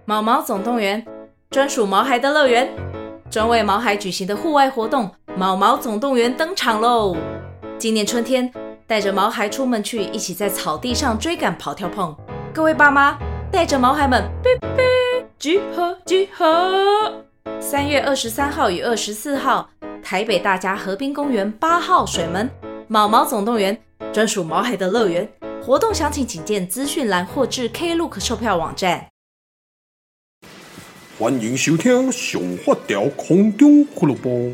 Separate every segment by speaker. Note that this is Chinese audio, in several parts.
Speaker 1: 毛毛总动员，专属毛孩的乐园，专为毛孩举行的户外活动毛毛总动员登场喽！今年春天，带着毛孩出门去，一起在草地上追赶跑跳碰。各位爸妈，带着毛孩们，集合集合！3月23号与24号，台北大家河滨公园8号水门毛毛总动员，专属毛孩的乐园。活动详情请见资讯栏或至 Klook 售票网站。
Speaker 2: 欢迎收听上发条空中俱乐部。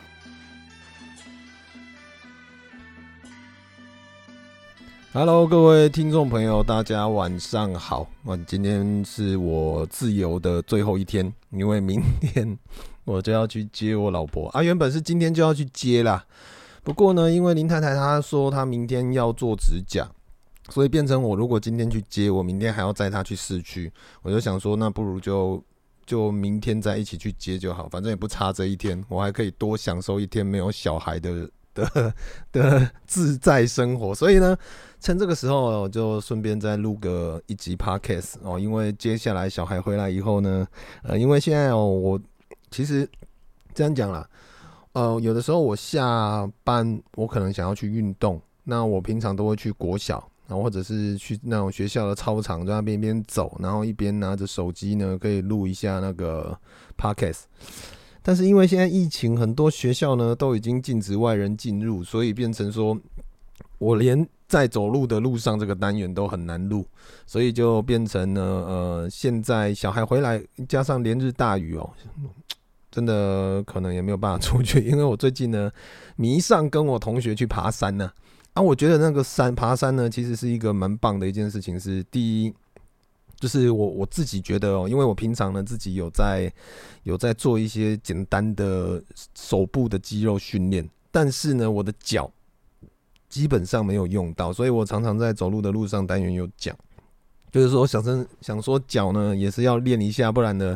Speaker 3: Hello， 各位听众朋友，大家晚上好。今天是我自由的最后一天，因为明天我就要去接我老婆啊。原本是今天就要去接啦，不过呢，因为林太太她说她明天要做指甲，所以变成我如果今天去接，我明天还要载她去市区，我就想说，那不如就明天再一起去接就好，反正也不差这一天，我还可以多享受一天没有小孩的自在生活。所以呢，趁这个时候我就顺便再录个一集 podcast 哦，因为接下来小孩回来以后呢，因为现在我其实这样讲啦，有的时候我下班我可能想要去运动，那我平常都会去国小。然后或者是去那种学校的操场，在那边一边走，然后一边拿着手机呢，可以录一下那个 podcast。但是因为现在疫情，很多学校呢都已经禁止外人进入，所以变成说我连在走路的路上这个单元都很难录，所以就变成呢，现在小孩回来，加上连日大雨真的可能也没有办法出去，因为我最近呢迷上跟我同学去爬山呢。我觉得那个爬山呢，其实是一个蛮棒的一件事情。是第一，就是我自己觉得因为我平常呢自己有在做一些简单的手部的肌肉训练，但是呢我的脚基本上没有用到，所以我常常在走路的路上单元有讲，就是说想说脚呢也是要练一下，不然呢，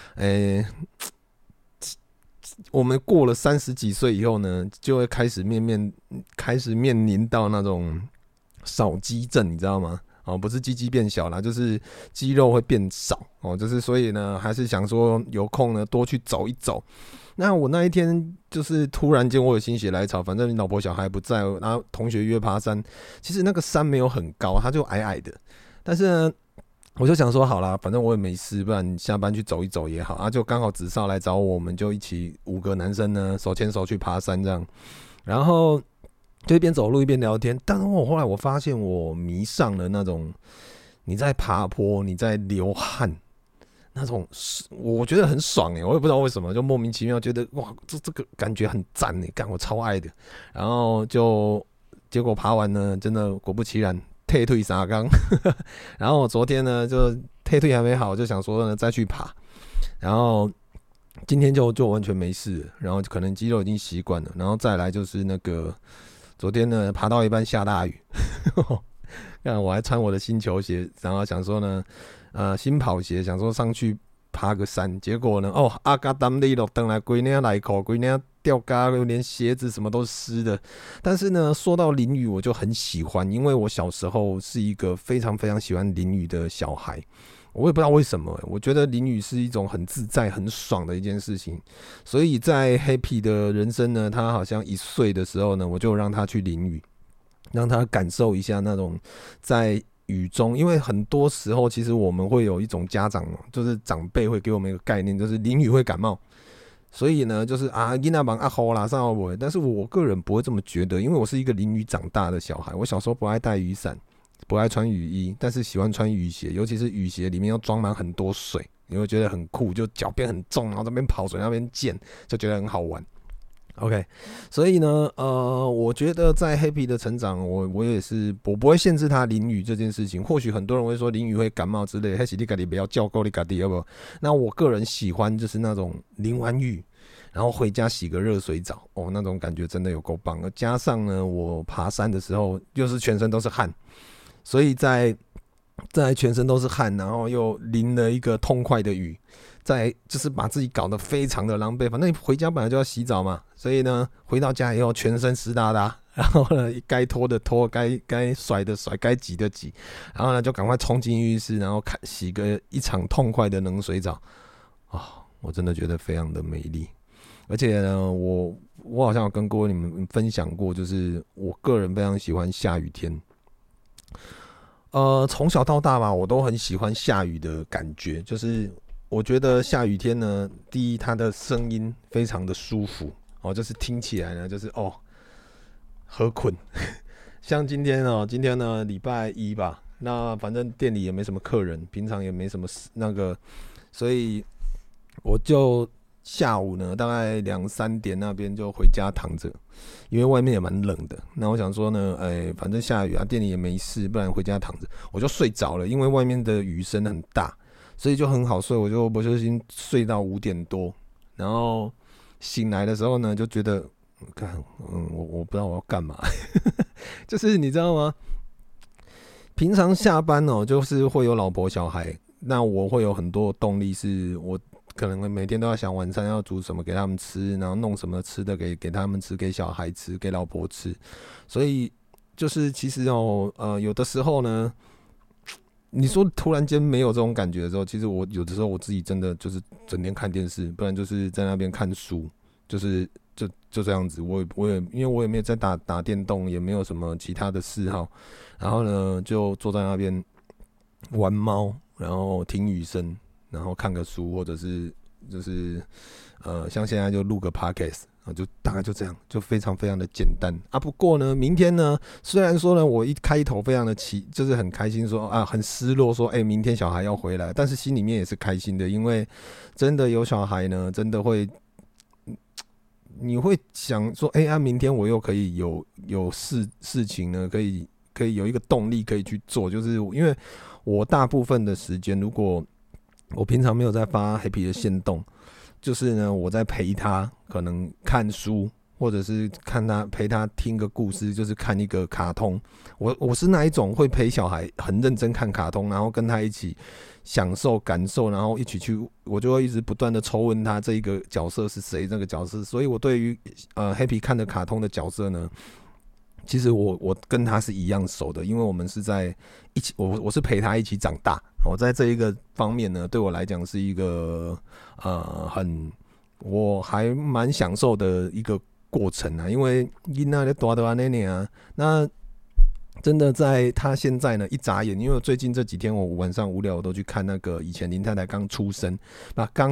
Speaker 3: 我们过了30几岁以后呢，就会开始面临到那种少肌症，你知道吗？不是鸡鸡变小啦，就是肌肉会变少就是所以呢，还是想说有空呢多去走一走。那我那一天就是突然间我有心血来潮，反正老婆小孩不在，然后同学约爬山，其实那个山没有很高，它就矮矮的，但是呢。我就想说好啦，反正我也没事，不然下班去走一走也好就刚好子少来找我们就一起5个男生呢手牵手去爬山这样，然后就一边走路一边聊天。但是后来我发现我迷上了那种你在爬坡你在流汗那种，我觉得很爽我也不知道为什么，就莫名其妙觉得哇这个感觉很赞干我超爱的。然后就结果爬完呢，真的果不其然。退3缸然后我昨天呢就退还没好，就想说呢再去爬，然后今天就完全没事了，然后可能肌肉已经习惯了，然后再来就是那个昨天呢爬到一半下大雨看我还穿我的新球鞋，然后想说呢新跑鞋，想说上去爬个山，结果呢阿嘎当地落回来规领内裤规领掉嘎，连鞋子什么都湿的。但是呢，说到淋雨，我就很喜欢，因为我小时候是一个非常非常喜欢淋雨的小孩。我也不知道为什么我觉得淋雨是一种很自在、很爽的一件事情。所以在 Happy 的人生呢，他好像1岁的时候呢，我就让他去淋雨，让他感受一下那种在雨中，因为很多时候其实我们会有一种家长，就是长辈会给我们一个概念，就是淋雨会感冒。所以呢，就是囡仔忙雨啦上不会，但是我个人不会这么觉得，因为我是一个淋雨长大的小孩。我小时候不爱带雨伞，不爱穿雨衣，但是喜欢穿雨鞋，尤其是雨鞋里面要装满很多水，你会觉得很酷，就脚边很重，然后这边跑水那边溅，就觉得很好玩。OK， 所以呢，我觉得在 Happy 的成长，我也是，我不会限制他淋雨这件事情。或许很多人会说淋雨会感冒之类，还是你自己不要叫够你自己，要不？那我个人喜欢就是那种淋完雨，然后回家洗个热水澡，那种感觉真的有够棒。加上呢，我爬山的时候又是全身都是汗，所以在全身都是汗，然后又淋了一个痛快的雨。就是把自己搞得非常的狼狈，反正回家本来就要洗澡嘛，所以呢，回到家以后全身湿哒哒， 然后呢该拖的拖，该甩的甩，该挤的挤，然后呢就赶快冲进浴室，然后洗个一场痛快的冷水澡我真的觉得非常的美丽。而且呢，我好像有跟过你们分享过，就是我个人非常喜欢下雨天。从小到大吧，我都很喜欢下雨的感觉。就是我觉得下雨天呢，第一，它的声音非常的舒服就是听起来呢，就是何困。像今天呢礼拜一吧，那反正店里也没什么客人，平常也没什么那个，所以我就下午呢大概2-3点那边就回家躺着，因为外面也蛮冷的。那我想说呢，反正下雨店里也没事，不然回家躺着，我就睡着了。因为外面的雨声很大，所以就很好睡。我就先睡到5点多，然后醒来的时候呢，就觉得，我不知道我要干嘛。就是你知道吗？平常下班就是会有老婆小孩，那我会有很多动力，是我可能每天都要想晚餐要煮什么给他们吃，然后弄什么吃的给他们吃，给小孩吃，给老婆吃。所以就是其实有的时候呢，你说突然间没有这种感觉的时候，其实我有的时候我自己真的就是整天看电视，不然就是在那边看书，就这样子。我也因为我也没有在打电动，也没有什么其他的嗜好，然后呢就坐在那边玩猫，然后听雨声，然后看个书，或者是就是像现在就录个 podcast 就大概就这样，就非常非常的简单不过呢，明天呢，虽然说呢，我一开头非常的就是很开心说很失落说明天小孩要回来，但是心里面也是开心的，因为真的有小孩呢，真的会，你会想说明天我又可以有事情呢，可以有一个动力可以去做，就是因为我大部分的时间，如果我平常没有在发 Happy 的限动，就是呢我在陪他可能看书，或者是陪他听个故事，就是看一个卡通。我是那一种会陪小孩很认真看卡通，然后跟他一起享受感受，然后一起去，我就会一直不断的抽问他这一个角色是谁，这个角色。所以我对于Happy 看的卡通的角色呢，其实我跟他是一样熟的，因为我们是在一起，我是陪他一起长大。我在这一个方面呢，对我来讲是一个我还蛮享受的一个过程因为囡仔在大的那真的在他现在呢一眨眼，因为最近这几天我晚上无聊，我都去看那个以前林太太刚出生，刚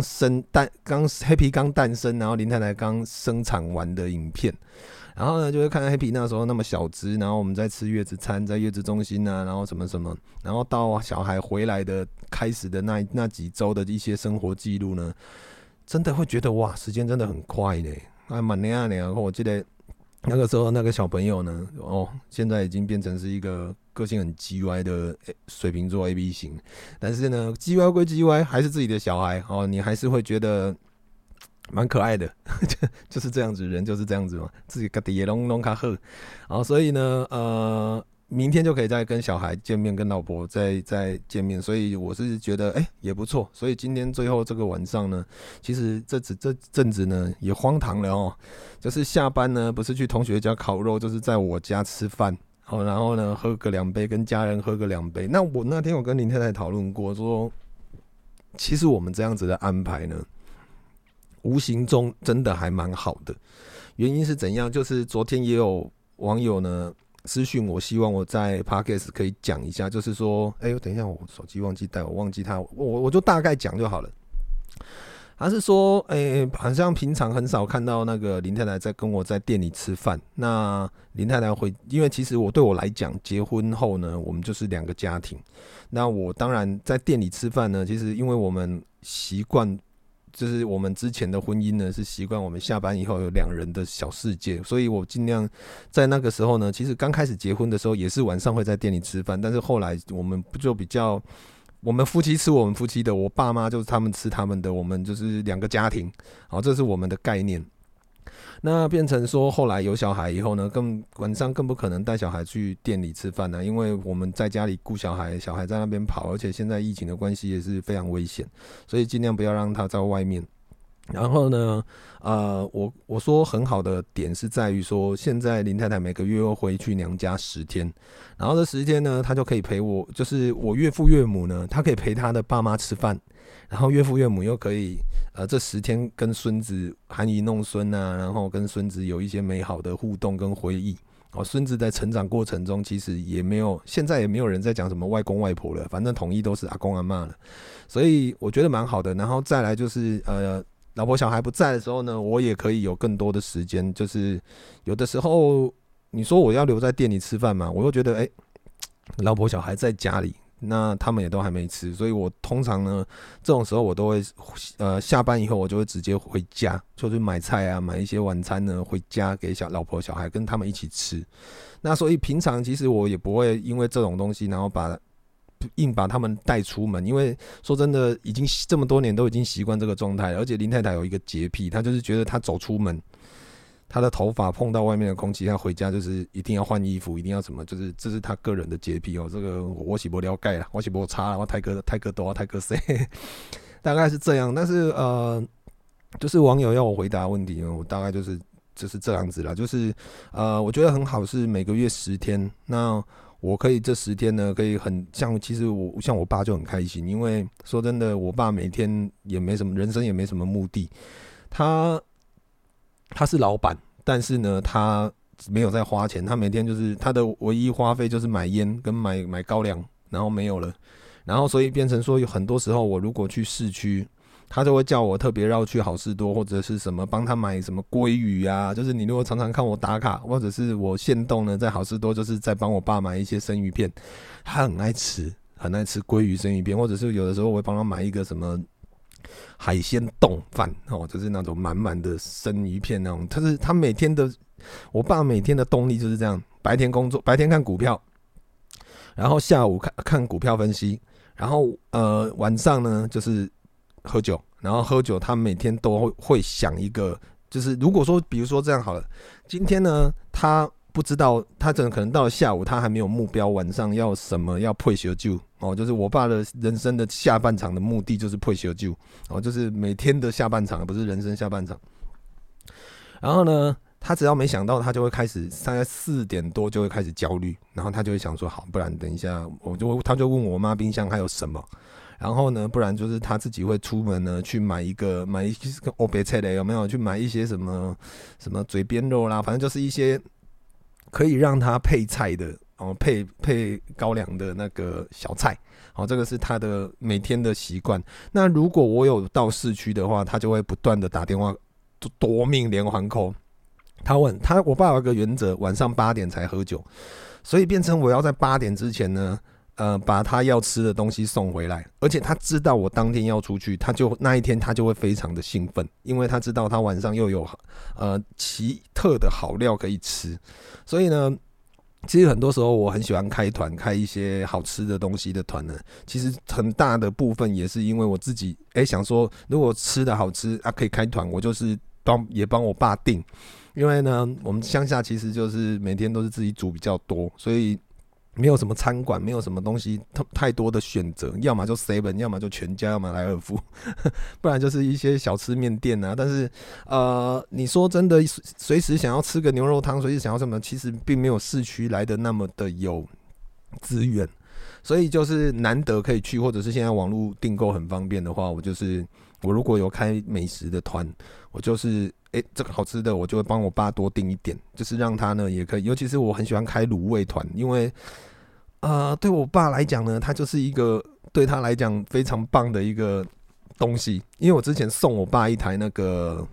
Speaker 3: Happy 刚诞生，然后林太太刚生产完的影片。然后呢，就会看到 Happy 那时候那么小只，然后我们在吃月子餐，在月子中心然后什么什么，然后到小孩回来的开始的那几周的一些生活记录呢，真的会觉得哇，时间真的很快呢，蛮那样的。我记得那个时候那个小朋友呢，现在已经变成是一个个性很叽歪的水瓶座 AB 型，但是呢，叽歪归叽歪，还是自己的小孩你还是会觉得蛮可爱的。就是这样子，人就是这样子嘛，自己家己也弄较好。所以呢，明天就可以再跟小孩见面，跟老婆再见面，所以我是觉得也不错。所以今天最后这个晚上呢，其实这阵子呢也荒唐了就是下班呢不是去同学家烤肉，就是在我家吃饭然后呢喝个2杯，跟家人喝个2杯。那我那天有跟林太太讨论过，说其实我们这样子的安排呢，无形中真的还蛮好的。原因是怎样？就是昨天也有网友呢私讯我，希望我在 Podcast 可以讲一下，就是说，等一下，我手机忘记带，我忘记它，我就大概讲就好了。他是说，好像平常很少看到那个林太太在跟我在店里吃饭。那林太太因为其实对我来讲，结婚后呢，我们就是2个家庭。那我当然在店里吃饭呢，其实因为我们习惯。就是我们之前的婚姻呢，是习惯我们下班以后有2人的小世界，所以我尽量在那个时候呢，其实刚开始结婚的时候也是晚上会在店里吃饭，但是后来我们就比较，我们夫妻吃我们夫妻的，我爸妈就是他们吃他们的，我们就是2个家庭，这是我们的概念。那变成说后来有小孩以后呢，晚上更不可能带小孩去店里吃饭因为我们在家里顾小孩，小孩在那边跑，而且现在疫情的关系也是非常危险，所以尽量不要让他在外面。 然后呢，我说很好的点是在于说，现在林太太每个月会回去娘家10天，然后这10天呢，她就可以陪我，就是我岳父岳母呢，她可以陪她的爸妈吃饭，然后岳父岳母又可以这10天跟孙子含饴弄孙啊，然后跟孙子有一些美好的互动跟回忆。孙子在成长过程中，其实也没有，现在也没有人在讲什么外公外婆了，反正统一都是阿公阿嬷了，所以我觉得蛮好的。然后再来就是老婆小孩不在的时候呢，我也可以有更多的时间，就是有的时候你说我要留在店里吃饭嘛，我又觉得老婆小孩在家里，那他们也都还没吃，所以我通常呢这种时候我都会下班以后我就会直接回家，就是买菜啊，买一些晚餐呢回家给老婆小孩跟他们一起吃。那所以平常其实我也不会因为这种东西然后硬把他们带出门，因为说真的已经这么多年都已经习惯这个状态了，而且林太太有一个洁癖，她就是觉得她走出门，她的头发碰到外面的空气，她回家就是一定要换衣服，一定要什么，就是这是她个人的洁癖哦。这个我是不了解啦，我是不差啦，我泰哥多泰哥谁，大概是这样。但是就是网友要我回答问题，我大概就是这样子啦。就是我觉得很好，是每个月10天，那我可以这10天呢，可以其实像我爸就很开心，因为说真的，我爸每天也没什么人生，也没什么目的，他是老板，但是呢，他没有在花钱，他每天就是他的唯一花费就是买烟跟买高粱，然后没有了，然后所以变成说有很多时候我如果去市区，他就会叫我特别绕去好事多或者是什么帮他买什么鲑鱼啊，就是你如果常常看我打卡或者是我限动呢，在好事多就是在帮我爸买一些生鱼片，他很爱吃鲑鱼生鱼片，或者是有的时候我会帮他买一个什么海鲜冻饭就是那种满满的生鱼片那种，我爸每天的动力就是这样，白天工作，白天看股票，然后下午看股票分析，然后晚上呢就是喝酒，然后喝酒他每天都会想一个，就是如果说比如说这样好了，今天呢他不知道，他可能到了下午他还没有目标，晚上要什么要配烧酒就是我爸的人生的下半场的目的就是配烧酒就是每天的下半场，不是人生下半场。然后呢他只要没想到，他就会开始大概4点多就会开始焦虑，然后他就会想说好，不然等一下他就问我妈冰箱还有什么，然后呢不然就是他自己会出门呢去买一些欧北菜的，有没有去买一些什么嘴边肉啦，反正就是一些可以让他配菜的配高粱的那个小菜这个是他的每天的习惯。那如果我有到市区的话，他就会不断的打电话夺命连环call。我爸有个原则，晚上8点才喝酒，所以变成我要在8点之前呢把他要吃的东西送回来，而且他知道我当天要出去，那一天他就会非常的兴奋，因为他知道他晚上又有奇特的好料可以吃。所以呢其实很多时候我很喜欢开团，开一些好吃的东西的团呢，其实很大的部分也是因为我自己想说，如果吃的好吃可以开团，我就是也帮我爸订，因为呢我们乡下其实就是每天都是自己煮比较多，所以没有什么餐馆，没有什么东西太多的选择，要么就 7， 要么就全家，要么莱尔富不然就是一些小吃面店啊。但是你说真的随时想要吃个牛肉汤，随时想要什么，其实并没有市区来的那么的有资源，所以就是难得可以去，或者是现在网络订购很方便的话，我如果有开美食的团，我就是这个好吃的我就会帮我爸多订一点，就是让他呢也可以，尤其是我很喜欢开卤味团，因为对我爸来讲呢，他就是一个对他来讲非常棒的一个东西。因为我之前送我爸一台那个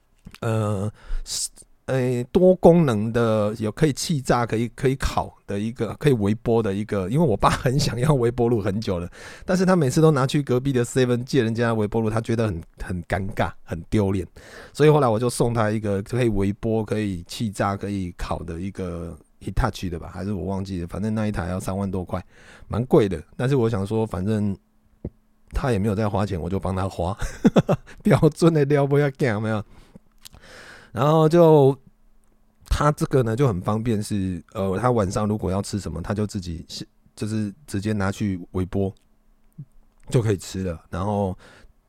Speaker 3: 多功能的，有可以气炸可以烤的一个，可以微波的一个，因为我爸很想要微波炉很久了，但是他每次都拿去隔壁的 7 借人家的微波炉，他觉得很尴尬很丢脸，所以后来我就送他一个可以微波可以气炸可以烤的一个 Hitachi 的吧，还是我忘记了，反正那一台要3万多块，蛮贵的。但是我想说反正他也没有在花钱，我就帮他花标准的料不要讲，有没有？然后他这个呢就很方便，是他晚上如果要吃什么，他就自己就是直接拿去微波就可以吃了，然后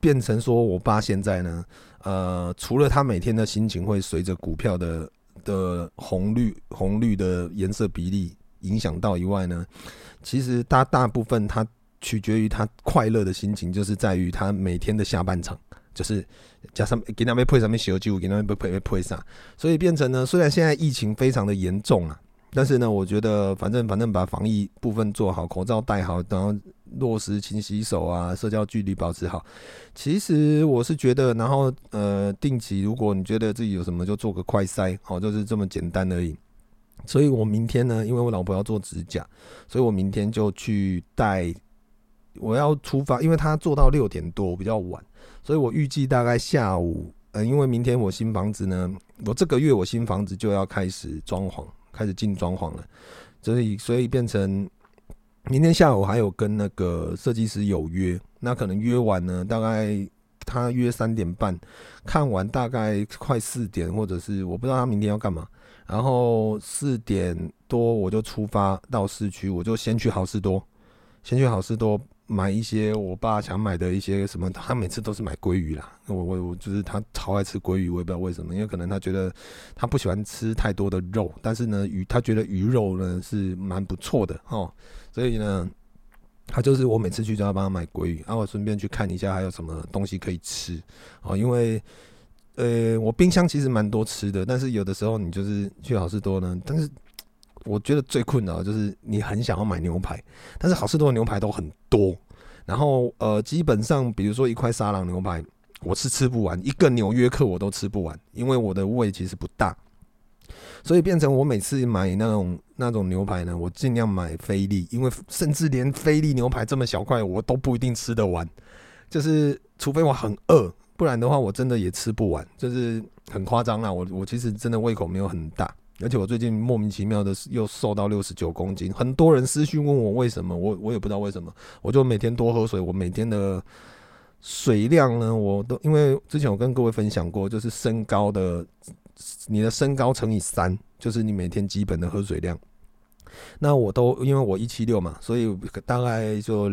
Speaker 3: 变成说我爸现在呢，除了他每天的心情会随着股票的红绿的颜色比例影响到以外呢，其实大部分他取决于他快乐的心情，就是在于他每天的下半场，就是加上给他们配上面小酒，给他们配上，所以变成呢，虽然现在疫情非常的严重啊，但是呢，我觉得反正把防疫部分做好，口罩戴好，然后落实勤洗手啊，社交距离保持好。其实我是觉得，然后定期如果你觉得自己有什么，就做个快筛，好，就是这么简单而已。所以我明天呢，因为我老婆要做指甲，所以我明天就去带。我要出发，因为他做到6点多，比较晚，所以我预计大概下午，因为明天我新房子呢，我这个月我新房子就要开始装潢，开始进装潢了，所以变成明天下午还有跟那个设计师有约，那可能约完呢，大概他约3点半，看完大概快4点，或者是我不知道他明天要干嘛，然后4点多我就出发到市区，我就先去好事多买一些我爸想买的一些什么，他每次都是买鲑鱼啦。我就是他超爱吃鲑鱼，我也不知道为什么，因为可能他觉得他不喜欢吃太多的肉，但是呢他觉得鱼肉呢是蛮不错的哦，所以呢他就是我每次去就要帮他买鲑鱼，我顺便去看一下还有什么东西可以吃哦，因为我冰箱其实蛮多吃的，但是有的时候你就是去好事多呢，但是我觉得最困扰的就是你很想要买牛排，但是好事多的牛排都很多，然后基本上比如说一块沙朗牛排我是吃不完，一个纽约客我都吃不完，因为我的胃其实不大，所以变成我每次买那种牛排呢，我尽量买菲力，因为甚至连菲力牛排这么小块我都不一定吃得完，就是除非我很饿，不然的话我真的也吃不完，就是很夸张啦。我其实真的胃口没有很大，而且我最近莫名其妙的又瘦到69公斤，很多人私讯问我为什么，我也不知道为什么，我就每天多喝水，我每天的水量呢，我都因为之前我跟各位分享过，就是你的身高乘以3，就是你每天基本的喝水量。那我都因为我176嘛，所以大概就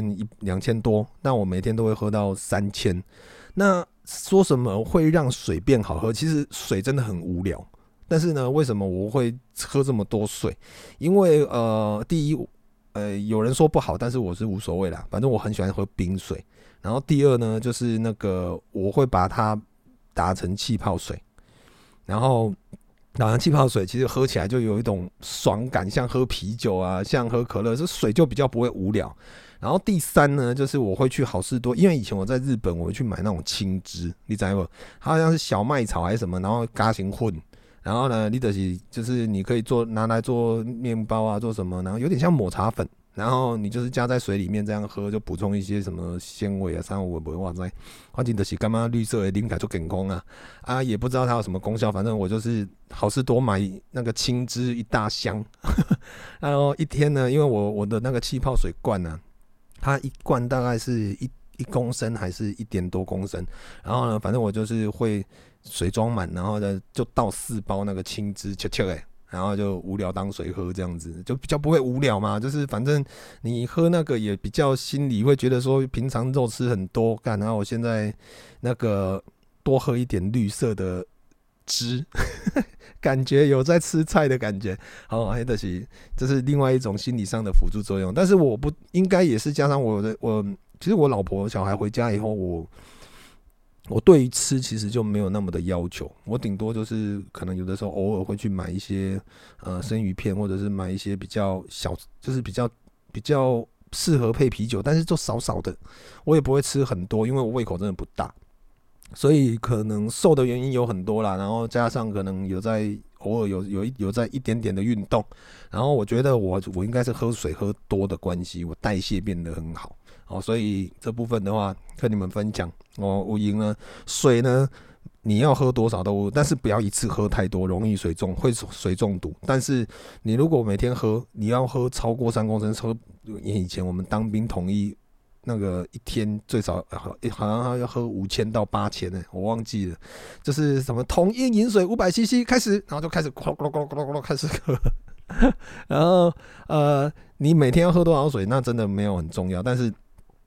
Speaker 3: 2000多，那我每天都会喝到3000。那说什么会让水变好喝？其实水真的很无聊。但是呢，为什么我会喝这么多水？因为第一，有人说不好，但是我是无所谓啦，反正我很喜欢喝冰水。然后第二呢，就是那个我会把它打成气泡水，然后打成气泡水，其实喝起来就有一种爽感，像喝啤酒啊，像喝可乐，这水就比较不会无聊。然后第三呢，就是我会去好事多，因为以前我在日本，我会去买那种青汁，你知道不？它好像是小麦草还是什么，然后加行混。然后呢，你就是你可以拿来做面包啊，做什么？然后有点像抹茶粉，然后你就是加在水里面这样喝，就补充一些什么纤维啊、珊瑚维哇塞，关键就是干嘛绿色的啉起来就健康啊，也不知道它有什么功效，反正我就是好事多买那个青汁一大箱，然后一天呢，因为我的那个气泡水罐呢，它一罐大概是1公升还是1点多公升，然后呢，反正我就是会水装满，然后呢就倒4包那个青汁，然后就无聊当水喝这样子，就比较不会无聊嘛。就是反正你喝那个也比较心里会觉得说，平常肉吃很多，然后我现在那个多喝一点绿色的汁，感觉有在吃菜的感觉。好，这是另外一种心理上的辅助作用。但是我不应该也是加上其实我老婆小孩回家以后，我对于吃其实就没有那么的要求，我顶多就是可能有的时候偶尔会去买一些生鱼片，或者是买一些比较小，就是比较适合配啤酒，但是就少少的，我也不会吃很多，因为我胃口真的不大，所以可能瘦的原因有很多啦，然后加上可能偶尔有在一点点的运动，然后我觉得我应该是喝水喝多的关系，我代谢变得很好。所以这部分的话跟你们分享我赢了。水呢你要喝多少都，但是不要一次喝太多，容易会水中毒。但是你如果每天喝，你要喝超过3公升，以前我们当兵统一那个一天最少好像要喝5000到8000呢，我忘记了，就是什么统一饮水500cc开始，然后就开始开始喝，然后你每天要喝多少水那真的没有很重要，但是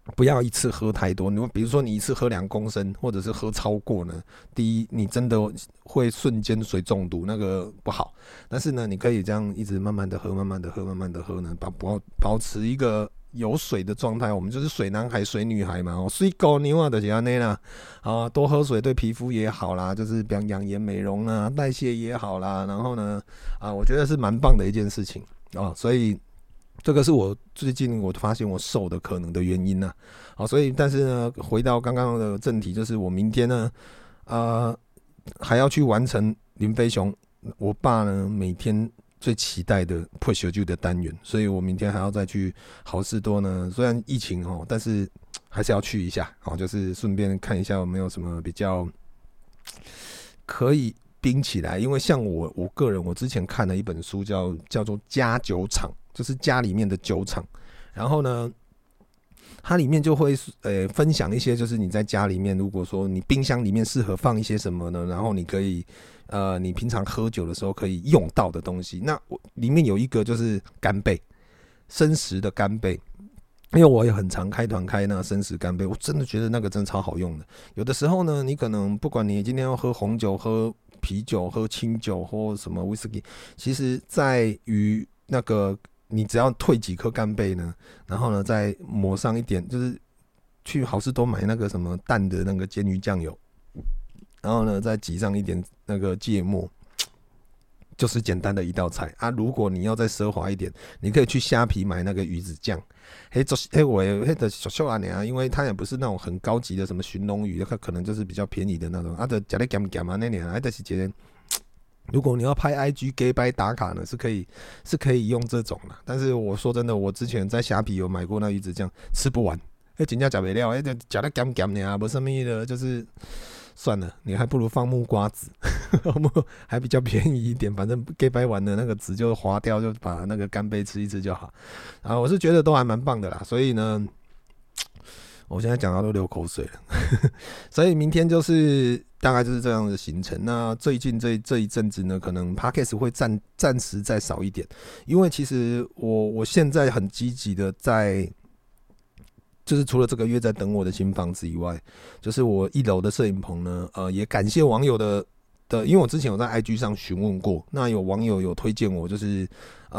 Speaker 3: 不要一次喝太多。比如说你一次喝2公升，或者是喝超过呢，第一你真的会瞬间水中毒，那个不好。但是呢，你可以这样一直慢慢的喝，慢慢的喝，慢慢的喝呢，保持一个有水的状态。我们就是水男孩、水女孩嘛，水狗牛啊，就是这样啦。啊，多喝水对皮肤也好啦，就是比方养颜美容啦、代谢也好啦。然后呢，我觉得是蛮棒的一件事情啊，所以。这个是我最近我发现我瘦的可能的原因好，所以但是呢，回到刚刚的正题，就是我明天呢，还要去完成林飞雄我爸呢每天最期待的破小酒的单元，所以我明天还要再去好事多呢。虽然疫情但是还是要去一下就是顺便看一下有没有什么比较可以冰起来。因为像我个人，我之前看了一本书叫做家酒厂。就是家里面的酒厂，然后呢，它里面就会分享一些，就是你在家里面，如果说你冰箱里面适合放一些什么呢？然后你可以你平常喝酒的时候可以用到的东西。那里面有一个就是干贝，生食的干贝。因为我也很常开团开那个生食干贝，我真的觉得那个真的超好用的。有的时候呢，你可能不管你今天要喝红酒、喝啤酒、喝清酒或什么威士忌，其实在于那个。你只要退几颗干贝呢，然后呢再抹上一点，就是去好事多买那个什么淡的那个煎鱼酱油，然后呢再挤上一点那个芥末，就是简单的一道菜啊。如果你要再奢华一点，你可以去虾皮买那个鱼子酱，我的小小啊，因为它也不是那种很高级的什么寻龙鱼，它可能就是比较便宜的那种就加点咸咸啊那点，就是觉得。如果你要拍 IG 给白打卡呢，是可以用这种啦。但是我说真的，我之前在虾皮有买过那鱼子酱，吃不完，真的吃不了，就吃得咸咸的没什么的，就是算了，你还不如放木瓜子，还比较便宜一点。反正给白完的那个籽就滑掉，就把那个干贝吃一吃就好。我是觉得都还蛮棒的啦，所以呢。我现在讲到都流口水了，所以明天就是大概就是这样的行程。那最近这一阵子呢，可能 Podcast 会暂时再少一点，因为其实我现在很积极的在，就是除了这个月在等我的新房子以外，就是我1楼的摄影棚呢，也感谢网友的，因为我之前有在 IG 上询问过，那有网友有推荐我，就是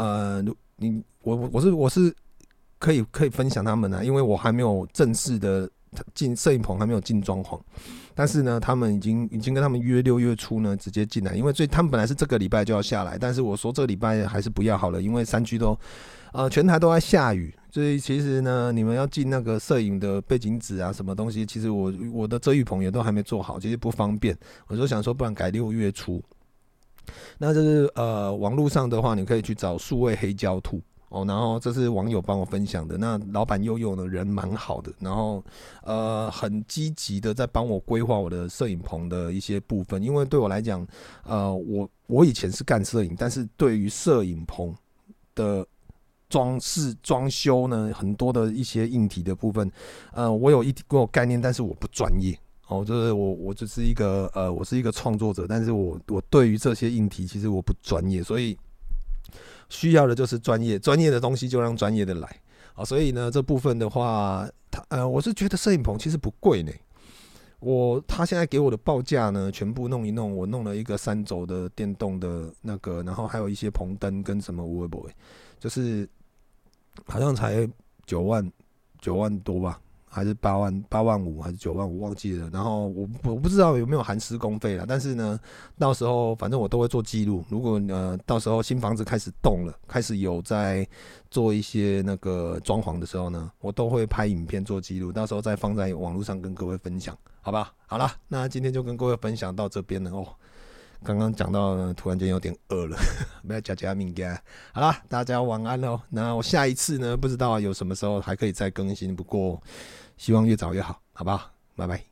Speaker 3: 我是。可以分享他们因为我还没有正式的进摄影棚，还没有进装潢，但是呢，他们已经跟他们约6月初呢直接进来，因为他们本来是这个礼拜就要下来，但是我说这个礼拜还是不要好了，因为山区都全台都在下雨，所以其实呢，你们要进那个摄影的背景纸啊什么东西，其实我的遮雨棚也都还没做好，其实不方便，我就想说不然改6月初，那就是网络上的话，你可以去找数位黑胶兔。然后这是网友帮我分享的，那老板悠悠呢人蛮好的，然后很积极的在帮我规划我的摄影棚的一些部分，因为对我来讲，我以前是干摄影，但是对于摄影棚的装修呢，很多的一些硬体的部分，我有概念，但是我不专业。就是我只是一个我是一个创作者，但是我对于这些硬体其实我不专业，所以。需要的就是专业的东西就让专业的来所以呢这部分的话，我是觉得摄影棚其实不贵呢。他现在给我的报价呢，全部弄一弄，我弄了一个3轴的电动的那个，然后还有一些棚灯跟什么无为不为，就是好像才9万多吧。还是8万5还是9万5忘记了，然后我不知道有没有含施工费啦，但是呢，到时候反正我都会做记录。如果到时候新房子开始动了，开始有在做一些那个装潢的时候呢，我都会拍影片做记录，到时候再放在网络上跟各位分享，好吧？好啦，那今天就跟各位分享到这边了刚刚讲到呢，突然间有点饿了，不要加物件。好啦，大家晚安喽。那我下一次呢，不知道有什么时候还可以再更新，不过希望越早越好，好不好？拜拜。